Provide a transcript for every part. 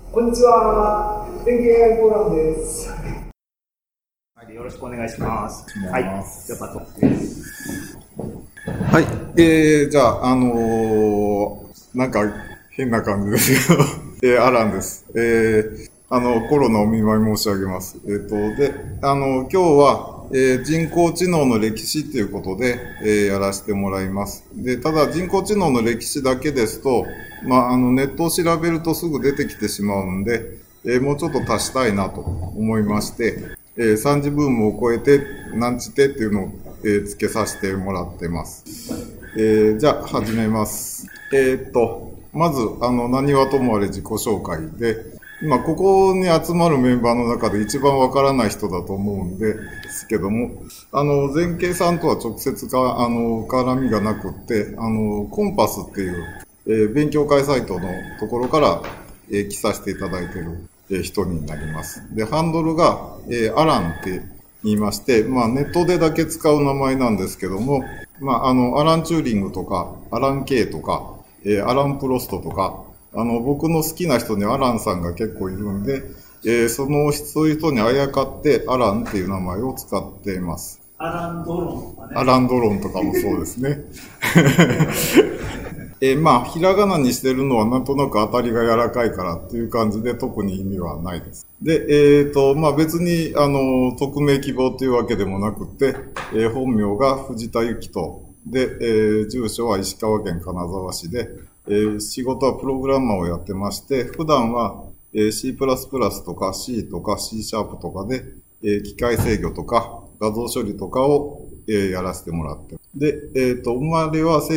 こんにちは。電気 AI フォーラムです。 はい、よろしくお願いします。はい、じゃあバトンです。 はい、じゃあ、なんか変な感じですけど、アランです。コロナお見舞い申し上げます。で、今日は、人工知能の歴史ということで、やらせてもらいます。で、ただ人工知能の歴史だけですと、ネットを調べるとすぐ出てきてしまうんで、もうちょっと足したいなと思いまして、3次ブームを超えて、なんちてっていうのを、付けさせてもらってます。じゃあ、始めます。まず、何はともあれ自己紹介で、今、ここに集まるメンバーの中で一番わからない人だと思うんですけども、前景さんとは直接絡みがなくって、コンパスっていう、勉強会サイトのところから、来させていただいている、人になります。で、ハンドルが、アランって言いまして、ネットでだけ使う名前なんですけども、アラン・チューリングとか、アラン・ケイとか、アラン・プロストとか、僕の好きな人にアランさんが結構いるんで、そういう人にあやかってアランっていう名前を使っています。 アラン・ドロンとかね。 アラン・ドロンとかもそうですね。ひらがなにしてるのはなんとなく当たりが柔らかいからっていう感じで特に意味はないです。で、別に、匿名希望というわけでもなくて、本名が藤田幸人で、住所は石川県金沢市で、仕事はプログラマーをやってまして、普段は、C++ とか C とか C シャープとかで、機械制御とか画像処理とかを、やらせてもらって。で、生まれは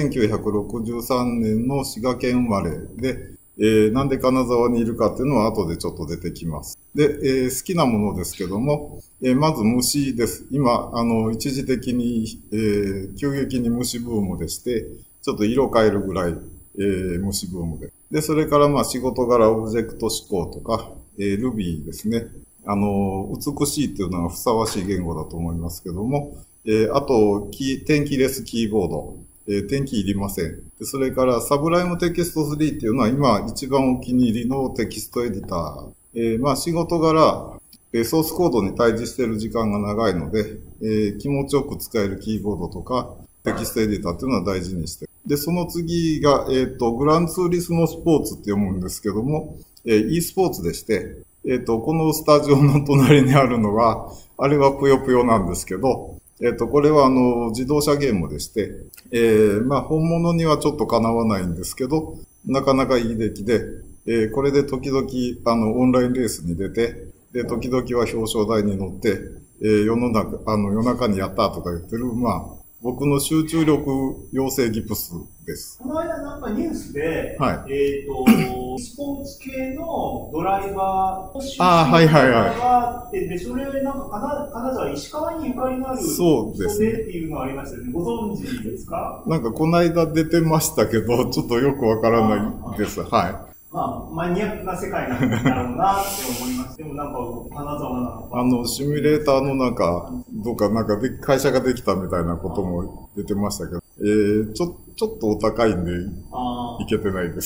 1963年の滋賀県生まれで、なんで金沢にいるかっていうのは後でちょっと出てきます。で、好きなものですけども、まず虫です。今、一時的に、急激に虫ブームでして、ちょっと色変えるぐらい、虫ブームで。で、それから仕事柄オブジェクト思考とか、Ruby ですね。美しいっていうのはふさわしい言語だと思いますけども、あと、点キレスキーボード。点キいりません。でそれから、サブライムテキスト3っていうのは今一番お気に入りのテキストエディター。仕事柄、ソースコードに対峙している時間が長いので、気持ちよく使えるキーボードとか、テキストエディターっていうのは大事にしてる。で、その次が、グランツーリスモスポーツって読むんですけども、e スポーツでして、このスタジオの隣にあるのが、あれはぷよぷよなんですけど、これは自動車ゲームでして、本物にはちょっとかなわないんですけど、なかなかいい出来で、これで時々、オンラインレースに出て、で、時々は表彰台に乗って、夜中にやったとか言ってる、僕の集中力養成ギプスです。 この間なんかニュースで、 はい。 スポーツ系のドライバーをはいはいはい。 があって、で、それなんか金沢、石川にゆかりのあるそうですね。 っていうのがありましたよね。ご存知ですか？ なんかこの間出てましたけど、ちょっとよくわからないです。はい。 マニアックな世界なんだろうなって思います。でもなんか、金沢なのか。 シミュレーターのどっか会社ができたみたいなことも出てましたけど、ちょっとお高いんで、いけてないです。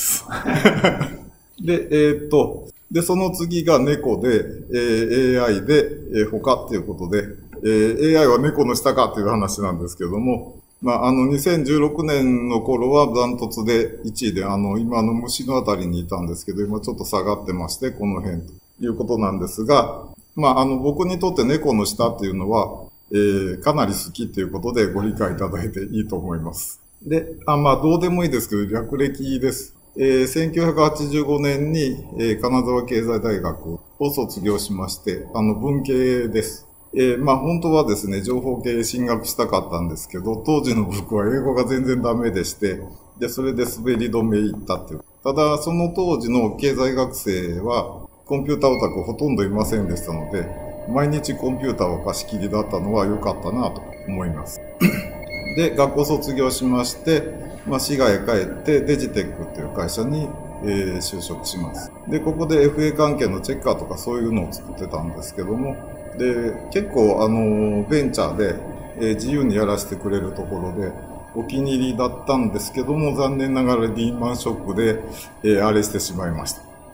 で、その次が猫で、AI で、他っていうことで、AI は猫の下かっていう話なんですけども、2016年の頃はダントツで1位で、今虫のあたりにいたんですけど、今ちょっと下がってまして、この辺ということなんですが、僕にとって猫の下っていうのは、かなり好きっていうことでご理解いただいていいと思います。で、どうでもいいですけど、略歴です。1985年に、金沢経済大学を卒業しまして、文系です。本当はですね、情報系進学したかったんですけど、当時の僕は英語が全然ダメでして、で、それで滑り止め行ったっていう。ただ、その当時の経済学生は、コンピューターオタクほとんどいませんでしたので、毎日コンピューターを貸し切りだったのは良かったなと思います。で、学校卒業しまして、滋賀へ帰ってデジテックっていう会社に、就職します。で、ここで FA 関係のチェッカーとかそういうのを作ってたんですけども、で、結構ベンチャーで、自由にやらせてくれるところで、お気に入りだったんですけども、残念ながらリーマンショックで、あれしてしまいました。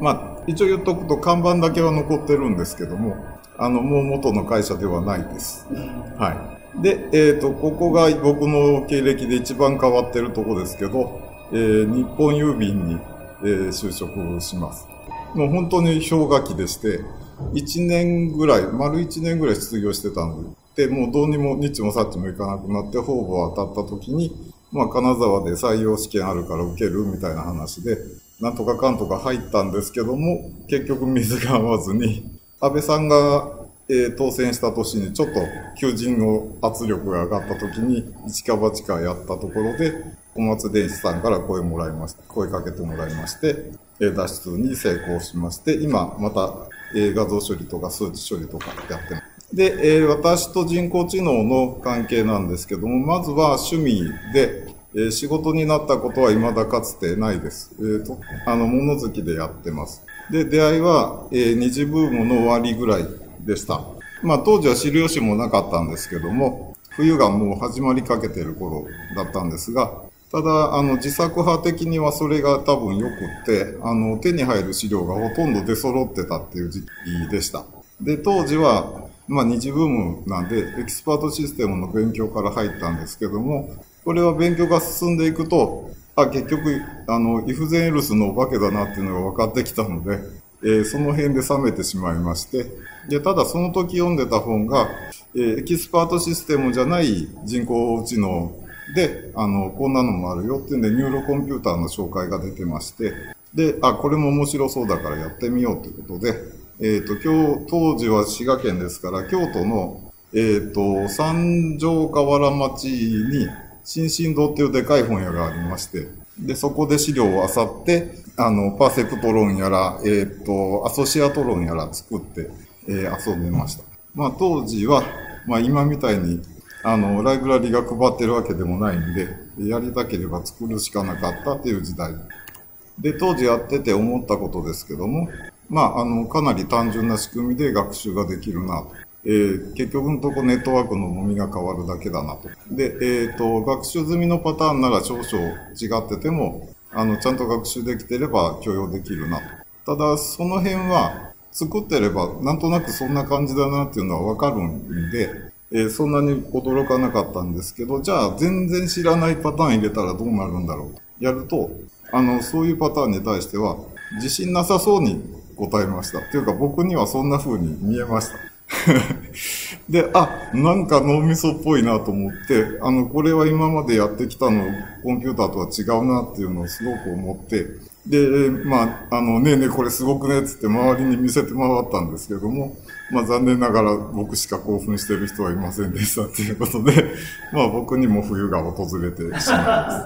一応言っとくと看板だけは残ってるんですけども、もう元の会社ではないです。はい。で、ここが僕の経歴で一番変わってるとこですけど、日本郵便に、就職します。もう本当に氷河期でして、丸1年ぐらい失業してたんで、もうどうにも日もさっちもいかなくなって、方々当たった時に、金沢で採用試験あるから受けるみたいな話で、なんとかかんとか入ったんですけども、結局水が合わずに、安倍さんが、当選した年にちょっと求人の圧力が上がった時に、一か八かやったところで、小松電子さんから声かけてもらいまして、脱出に成功しまして、今また画像処理とか数値処理とかやってます。で、私と人工知能の関係なんですけども、まずは趣味で、仕事になったことは未だかつてないです。物好きでやってます。で、出会いは、二次ブームの終わりぐらいでした。当時は知る由もなかったんですけども、冬がもう始まりかけてる頃だったんですが、ただ、自作派的にはそれが多分良くって、手に入る資料がほとんど出揃ってたっていう時期でした。で、当時は、二次ブームなんで、エキスパートシステムの勉強から入ったんですけども、これは勉強が進んでいくと、結局、イフゼンエルスのお化けだなっていうのが分かってきたので、その辺で冷めてしまいまして、で、ただその時読んでた本が、エキスパートシステムじゃない人工知能で、こんなのもあるよっていうんで、ニューロコンピューターの紹介が出てまして、で、これも面白そうだからやってみようということで、当時は滋賀県ですから、京都の、三条河原町に、新進堂っていうでかい本屋がありまして、で、そこで資料を漁って、パーセプト論やら、アソシアト論やら作って、遊んでました。当時は、今みたいに、ライブラリが配ってるわけでもないんで、やりたければ作るしかなかったっていう時代。で、当時やってて思ったことですけども、かなり単純な仕組みで学習ができるなと。結局のとこネットワークの重みが変わるだけだなと。で、学習済みのパターンなら少々違ってても、ちゃんと学習できてれば許容できるなと。ただ、その辺は作ってればなんとなくそんな感じだなっていうのはわかるんで、そんなに驚かなかったんですけど、じゃあ全然知らないパターン入れたらどうなるんだろうと。やると、そういうパターンに対しては自信なさそうに答えました。っていうか僕にはそんな風に見えました。で、なんか脳みそっぽいなと思って、これは今までやってきたの、コンピューターとは違うなっていうのをすごく思って、で、ねえねえこれすごくねっつって周りに見せて回ったんですけども、残念ながら僕しか興奮してる人はいませんでしたっていうことで、僕にも冬が訪れてしまいます。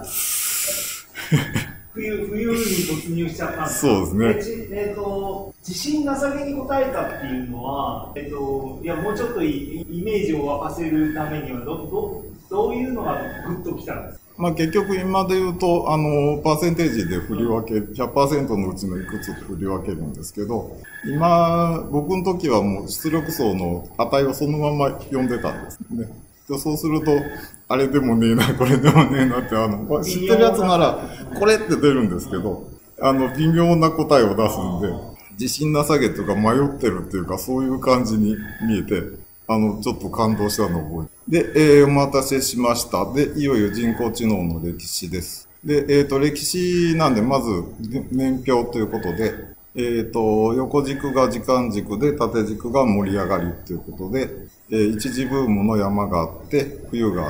冬に突入しちゃったんですか？ そうですね。 自信なさげに答えたっていうのは、いや、もうちょっとイメージを沸かせるためには、どういうのがグッときたんですか？ 結局今で言うと、パーセンテージで振り分け、100% のうちのいくつ振り分けるんですけど、今、僕の時はもう出力層の値をそのまま読んでたんですね。でそうすると、あれでもねえな、これでもねえなって、知ってるやつなら、これって出るんですけど、微妙な答えを出すんで、自信なさげというか迷ってるっていうか、そういう感じに見えて、ちょっと感動したのを覚えて。で、お待たせしました。で、いよいよ人工知能の歴史です。で、歴史なんで、まず、年表ということで、横軸が時間軸で、縦軸が盛り上がりということで、一次ブームの山があって、冬があって、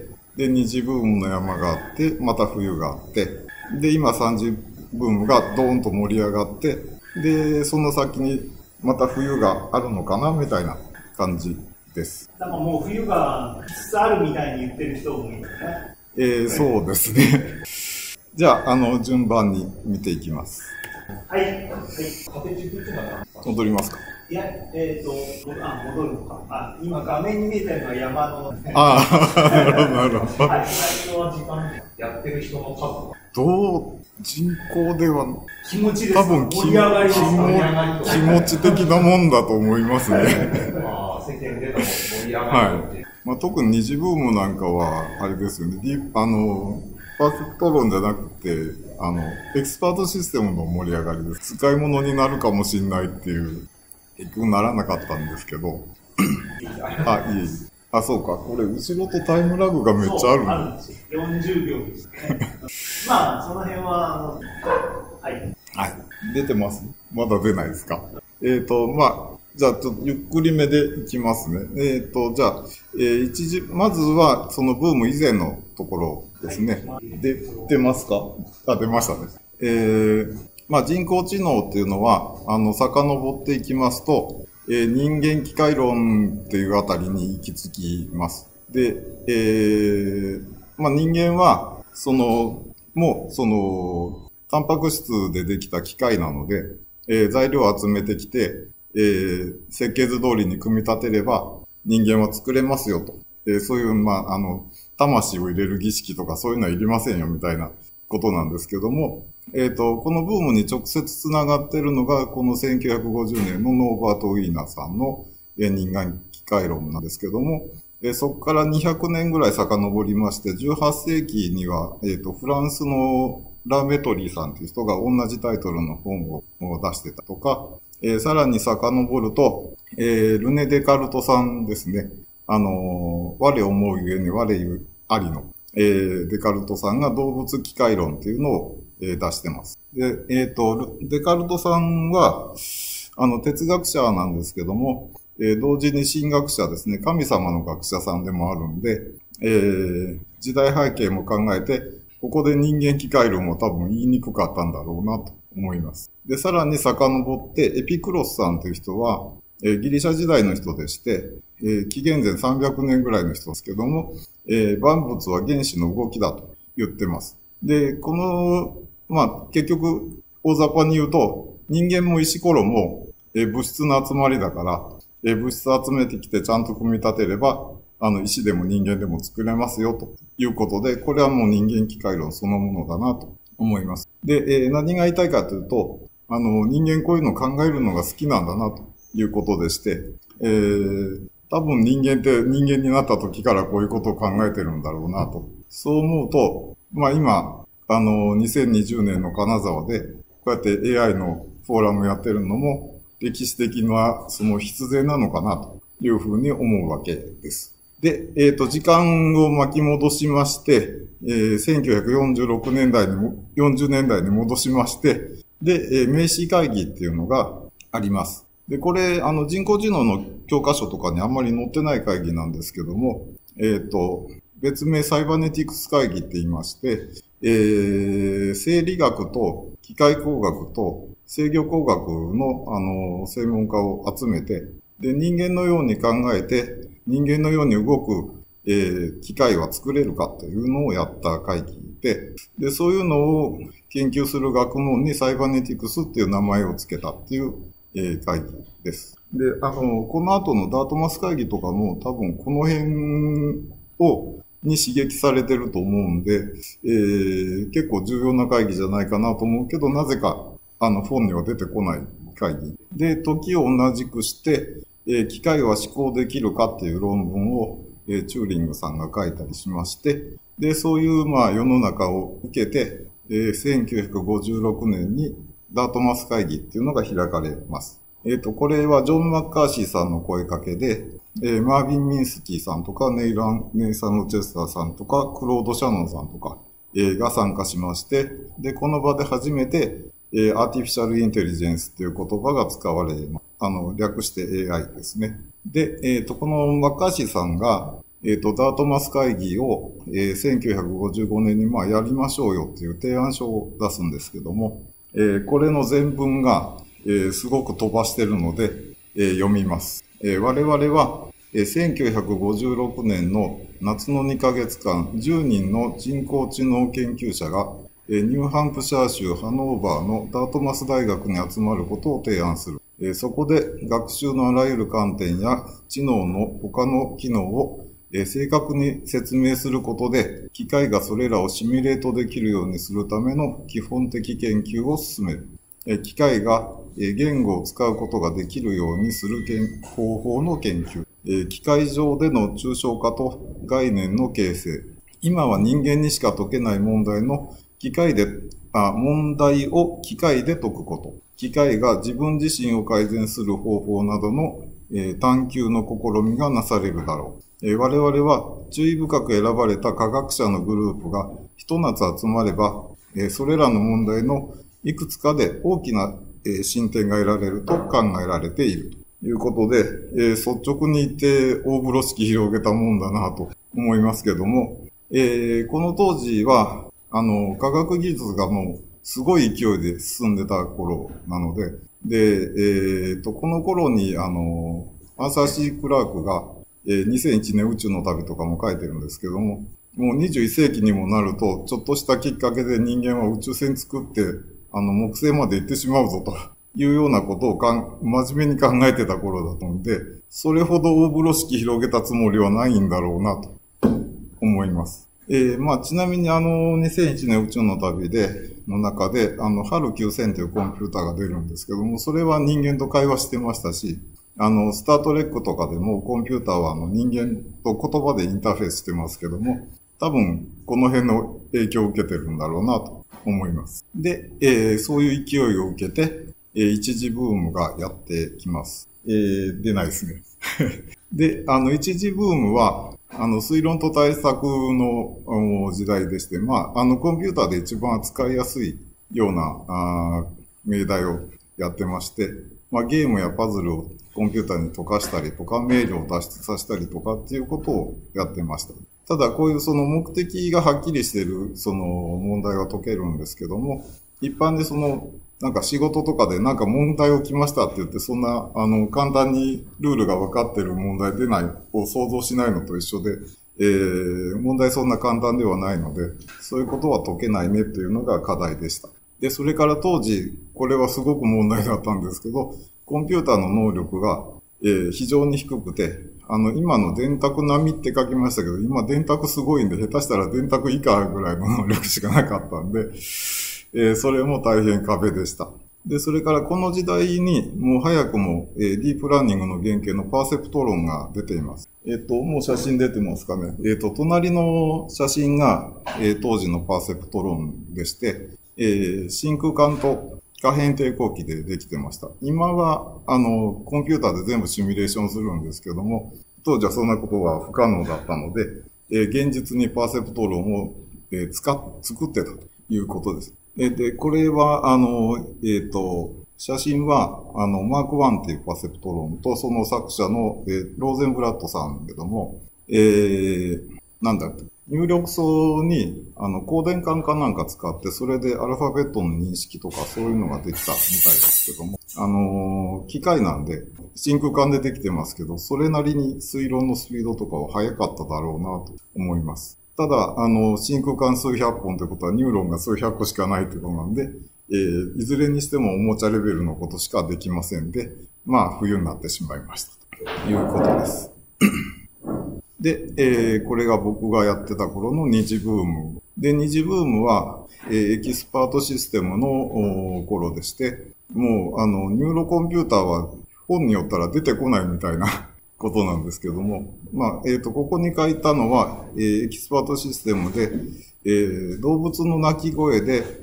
で、二次ブームの山があって、また冬があって、で、今三次ブームがドーンと盛り上がって、で、その先にまた冬があるのかな、みたいな感じです。 なんかもう冬がきつつあるみたいに言ってる人もいるね。 そうですね。じゃあ、順番に見ていきます。 はい。はい。 縦軸ってのは戻りますか？ いや、戻るのか。今画面に見えてるのは山の。 なるほど、なるほど。 はい。最初は時間でやってる人の数。 人口では、 気持ちです。 多分盛り上がります気持ち的なもんだと思いますね。 世間での盛り上がりって。 特に二次ブームなんかは、あれですよね。パーフェクト論じゃなくて、 エキスパートシステムの盛り上がりです。使い物になるかもしれないっていう、結局ならなかったんですけど。あ、いえいえ。あ、そうか。これ、後ろとタイムラグがめっちゃあるそうあるんですよ。40秒ですね。まあ、その辺は、はい。 はい。出てます？まだ出ないですか？まあ、じゃあ、ちょっとゆっくりめでいきますね。じゃあ、まずは、そのブーム以前のところですね。出ますか？あ、出ましたね。まあ、人工知能っていうのは、遡っていきますと、人間機械論っていうあたりに行き着きます。で、まあ、人間は、タンパク質でできた機械なので、材料を集めてきて、設計図通りに組み立てれば人間は作れますよと。そういう、まあ、魂を入れる儀式とかそういうのはいりませんよみたいなことなんですけども、このブームに直接つながってるのが、この1950年のノーバート・ウィーナーさんの人間機械論なんですけども、そこから200年ぐらい遡りまして、18世紀には、フランスのラ・メトリーさんという人が同じタイトルの本を出してたとか、さらに遡ると、ルネ・デカルトさんですね。我思うゆえに我ゆありの、デカルトさんが動物機械論っていうのを、出してます。で、デカルトさんは、哲学者なんですけども、同時に神学者ですね、神様の学者さんでもあるんで、時代背景も考えて、ここで人間機械論は多分言いにくかったんだろうなと思います。で、さらに遡って、エピクロスさんという人は、ギリシャ時代の人でして、紀元前300年ぐらいの人ですけども、万物は原子の動きだと言ってます。で、まあ、結局、大雑把に言うと、人間も石ころも、物質の集まりだから、物質集めてきてちゃんと組み立てれば、石でも人間でも作れますよということで、これはもう人間機械論そのものだなと思います。で、何が言いたいかというと、人間こういうのを考えるのが好きなんだなということでして、多分人間って人間になった時からこういうことを考えてるんだろうなと。そう思うと、まあ今、2020年の金沢で、こうやって AI のフォーラムやってるのも、歴史的なその必然なのかなというふうに思うわけです。で、時間を巻き戻しまして、1946年代40年代に戻しまして、で、名詞会議っていうのがあります。で、これ、人工知能の教科書とかにあんまり載ってない会議なんですけども、別名サイバネティクス会議って言いまして、生理学と機械工学と制御工学の、専門家を集めて、で、人間のように考えて、人間のように動く、機械は作れるかというのをやった会議で、そういうのを研究する学問にサイバネティクスっていう名前を付けたっていう、会議です。で、この後のダートマス会議とかも多分この辺に刺激されてると思うんで、結構重要な会議じゃないかなと思うけど、なぜか本には出てこない会議。で、時を同じくして、機械は思考できるかっていう論文を、チューリングさんが書いたりしまして、で、そういう、まあ、世の中を受けて、1956年にダートマス会議っていうのが開かれます。これはジョン・マッカーシーさんの声かけで、マービン・ミンスキーさんとか、ネイサン・ロチェスターさんとか、クロード・シャノンさんとか、が参加しまして、で、この場で初めて、アーティフィシャルインテリジェンスっていう言葉が使われます。略して AI ですね。で、このマッカーシーさんが、ダートマス会議を、1955年にまあやりましょうよっていう提案書を出すんですけども、これの全文が、すごく飛ばしてるので、読みます。我々は、1956年の夏の2ヶ月間、10人の人工知能研究者が、ニューハンプシャー州ハノーバーのダートマス大学に集まることを提案する。そこで学習のあらゆる観点や知能の他の機能を正確に説明することで、機械がそれらをシミュレートできるようにするための基本的研究を進める。機械が言語を使うことができるようにする方法の研究。機械上での抽象化と概念の形成。今は人間にしか解けない問題の機械で問題を機械で解くこと。機械が自分自身を改善する方法などの、探求の試みがなされるだろう。我々は注意深く選ばれた科学者のグループがひと夏集まれば、それらの問題のいくつかで大きな、進展が得られると考えられているということで、率直に言って大風呂敷広げたもんだなと思いますけども、この当時は科学技術がもうすごい勢いで進んでた頃なので、この頃にアーサー・シー・クラークが、2001年宇宙の旅とかも書いてるんですけども、もう21世紀にもなると、ちょっとしたきっかけで人間は宇宙船作って、木星まで行ってしまうぞというようなことを真面目に考えてた頃だったので、それほど大風呂敷広げたつもりはないんだろうなと思います。ちなみに2001年宇宙の旅の中で、HAL 9000というコンピューターが出るんですけども、それは人間と会話してましたし、スタートレックとかでもコンピューターは人間と言葉でインターフェースしてますけども、多分この辺の影響を受けてるんだろうなと思います。で、そういう勢いを受けて、一次ブームがやってきます。出ないですね。で、一次ブームは、推論と対策の時代でして、コンピューターで一番扱いやすいような命題をやってまして、ゲームやパズルをコンピューターに解かしたりとか、明瞭を脱出させたりとかっていうことをやってました。ただ、こういうその目的がはっきりしているその問題は解けるんですけども、一般でなんか仕事とかでなんか問題起きましたって言って、そんな、簡単にルールが分かってる問題出ないを想像しないのと一緒で、問題そんな簡単ではないので、そういうことは解けないねというのが課題でした。で、それから当時、これはすごく問題だったんですけど、コンピューターの能力が、非常に低くて、今の電卓並みって書きましたけど、今電卓すごいんで、下手したら電卓以下ぐらいの能力しかなかったんで、それも大変壁でした。で、それからこの時代にもう早くも、ディープラーニングの原型のパーセプト論が出ています。もう写真出てますかね。隣の写真が、当時のパーセプト論でして、真空管と可変抵抗器でできてました。今は、コンピューターで全部シミュレーションするんですけども、当時はそんなことは不可能だったので、現実にパーセプト論を、作ってたということです。で、これは、写真は、マーク1っていうパーセプト論と、その作者の、ローゼンブラッドさんだけども、入力層に、光電管かなんか使って、それでアルファベットの認識とかそういうのができたみたいですけども、機械なんで、真空管でできてますけど、それなりに推論のスピードとかは速かっただろうなと思います。ただ、真空管数百本ということはニューロンが数百個しかないということなんで、いずれにしてもおもちゃレベルのことしかできませんで、冬になってしまいましたということです。で、これが僕がやってた頃の二次ブーム。で、二次ブームは、エキスパートシステムの頃でして、もう、ニューロコンピューターは本によったら出てこないみたいなことなんですけども、ここに書いたのは、エキスパートシステムで、動物の鳴き声で、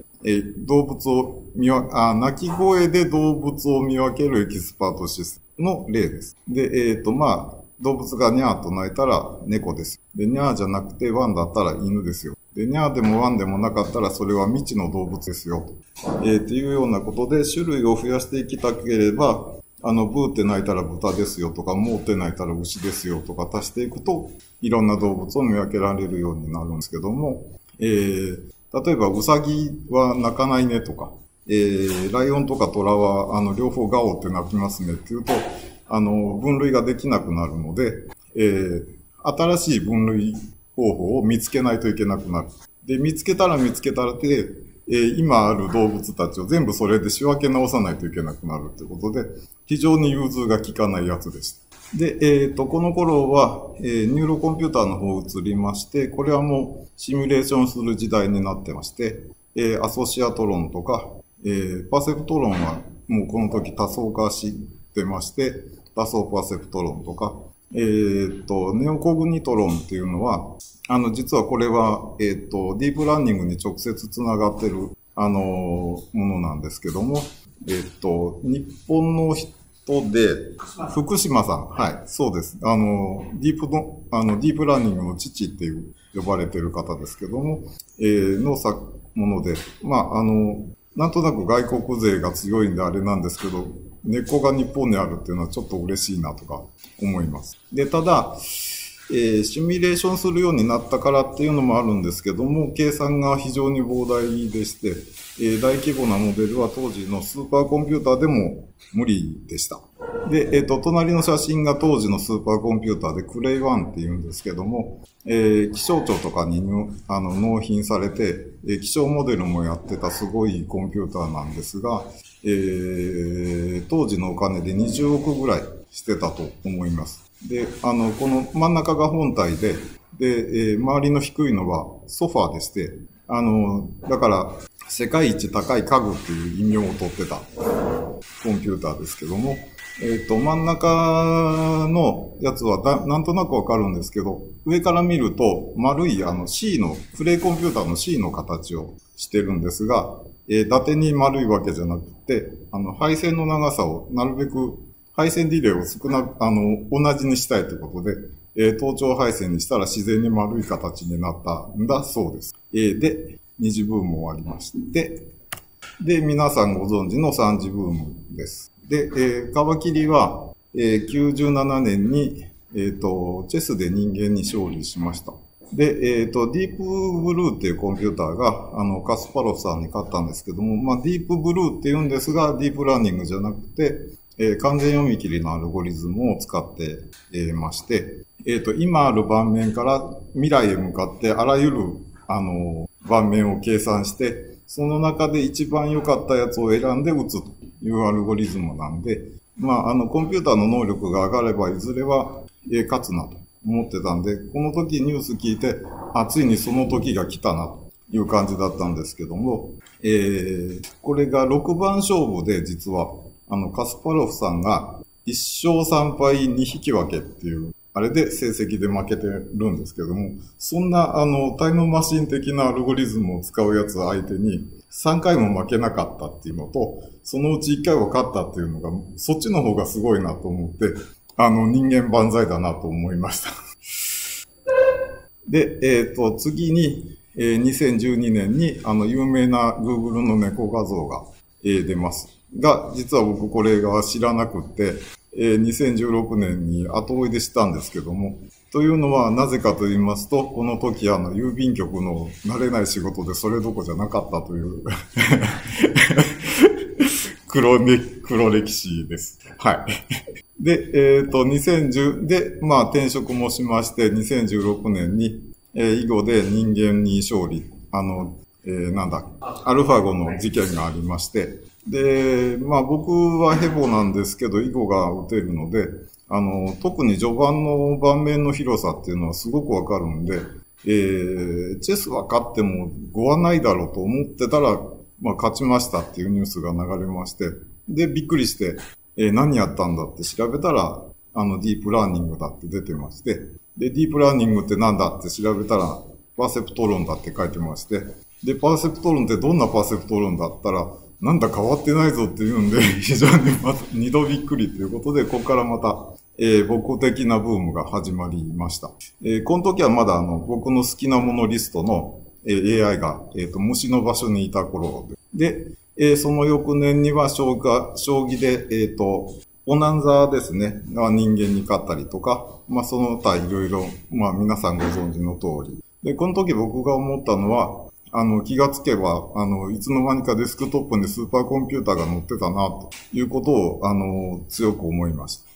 鳴き声で動物を見分けるエキスパートシステムの例です。で、動物がニャーと鳴いたら猫です。で、ニャーじゃなくてワンだったら犬ですよ。で、ニャーでもワンでもなかったらそれは未知の動物ですよ。っていうようなことで種類を増やしていきたければ、ブーって鳴いたら豚ですよとか、モーって鳴いたら牛ですよとか足していくと、いろんな動物を見分けられるようになるんですけども、例えばウサギは鳴かないねとか、ライオンとかトラは両方ガオって鳴きますねっていうと、分類ができなくなるので、新しい分類方法を見つけないといけなくなる。で、見つけたらで、今ある動物たちを全部それで仕分け直さないといけなくなるということで、非常に融通が効かないやつでした。で、この頃は、ニューロコンピューターの方移りまして、これはもうシミュレーションする時代になってまして、アソシアト論とか、パーセプト論はもうこの時多層化してまして、多層パーセプト論とか、ネオコグニト論っていうのは、実はこれは、ディープラーニングに直接つながってる、 ものなんですけども、日本の人で、福島さん。はい、そうです。ディープラーニングの父っていう呼ばれてる方ですけども、のもので、なんとなく外国勢が強いんであれなんですけど、根っこが日本にあるっていうのはちょっと嬉しいなとか思います。で、ただ、シミュレーションするようになったからっていうのもあるんですけども、計算が非常に膨大でして、大規模なモデルは当時のスーパーコンピューターでも無理でした。で、隣の写真が当時のスーパーコンピューターでクレイワンって言うんですけども、気象庁とかに納品されて、気象モデルもやってたすごいコンピューターなんですが、当時のお金で20億ぐらいしてたと思います。で、この真ん中が本体で、周りの低いのはソファーでして、だから、世界一高い家具っていう異名を取ってたコンピューターですけども、真ん中のやつはなんとなくわかるんですけど、上から見ると丸いC の、クレイコンピューターの C の形をしてるんですが、伊達に丸いわけじゃなくて、配線の長さをなるべく配線ディレイを同じにしたいということで、頭頂配線にしたら自然に丸い形になったんだそうです。で、二次ブーム終わりまして、で、皆さんご存知の三次ブームです。で、皮切りは、97年に、チェスで人間に勝利しました。で、ディープブルーっていうコンピューターが、カスパロフさんに勝ったんですけども、ディープブルーって言うんですが、ディープラーニングじゃなくて、完全読み切りのアルゴリズムを使って、まして、今ある盤面から未来へ向かってあらゆる、盤面を計算して、その中で一番良かったやつを選んで打つというアルゴリズムなんで、コンピューターの能力が上がればいずれは、勝つなと思ってたんで、この時ニュース聞いて、ついにその時が来たなという感じだったんですけども、これが6番勝負で実は、カスパロフさんが1勝3敗2引き分けっていう、あれで成績で負けてるんですけども、そんなタイムマシン的なアルゴリズムを使うやつ相手に3回も負けなかったっていうのと、そのうち1回は勝ったっていうのが、そっちの方がすごいなと思って、人間万歳だなと思いました。で、次に、2012年に有名な Google の猫画像が、出ます。が、実は僕これが知らなくって、2016年に後追いでしたんですけども、というのはなぜかと言いますと、この時郵便局の慣れない仕事でそれどころじゃなかったという黒歴史です。はい。で、2010で、転職もしまして、2016年に、囲碁で人間に勝利、アルファ碁の事件がありまして、で、僕はヘボなんですけど、囲碁が打てるので、特に序盤の盤面の広さっていうのはすごくわかるんで、チェスは勝っても碁はないだろうと思ってたら、勝ちましたっていうニュースが流れまして、で、びっくりして、何やったんだって調べたら、ディープラーニングだって出てまして、で、ディープラーニングってなんだって調べたら、パーセプト論だって書いてまして、で、パーセプト論ってどんなパーセプト論だったら、なんだ変わってないぞって言うんで、非常に二度びっくりということで、ここからまた、僕的なブームが始まりました。この時はまだ僕の好きなものリストの、AI が、虫の場所にいた頃で、その翌年には将棋で、オナンザですね、が人間に勝ったりとか、その他いろいろ、皆さんご存知の通り。で、この時僕が思ったのは、気がつけば、いつの間にかデスクトップにスーパーコンピューターが載ってたな、ということを、強く思いました。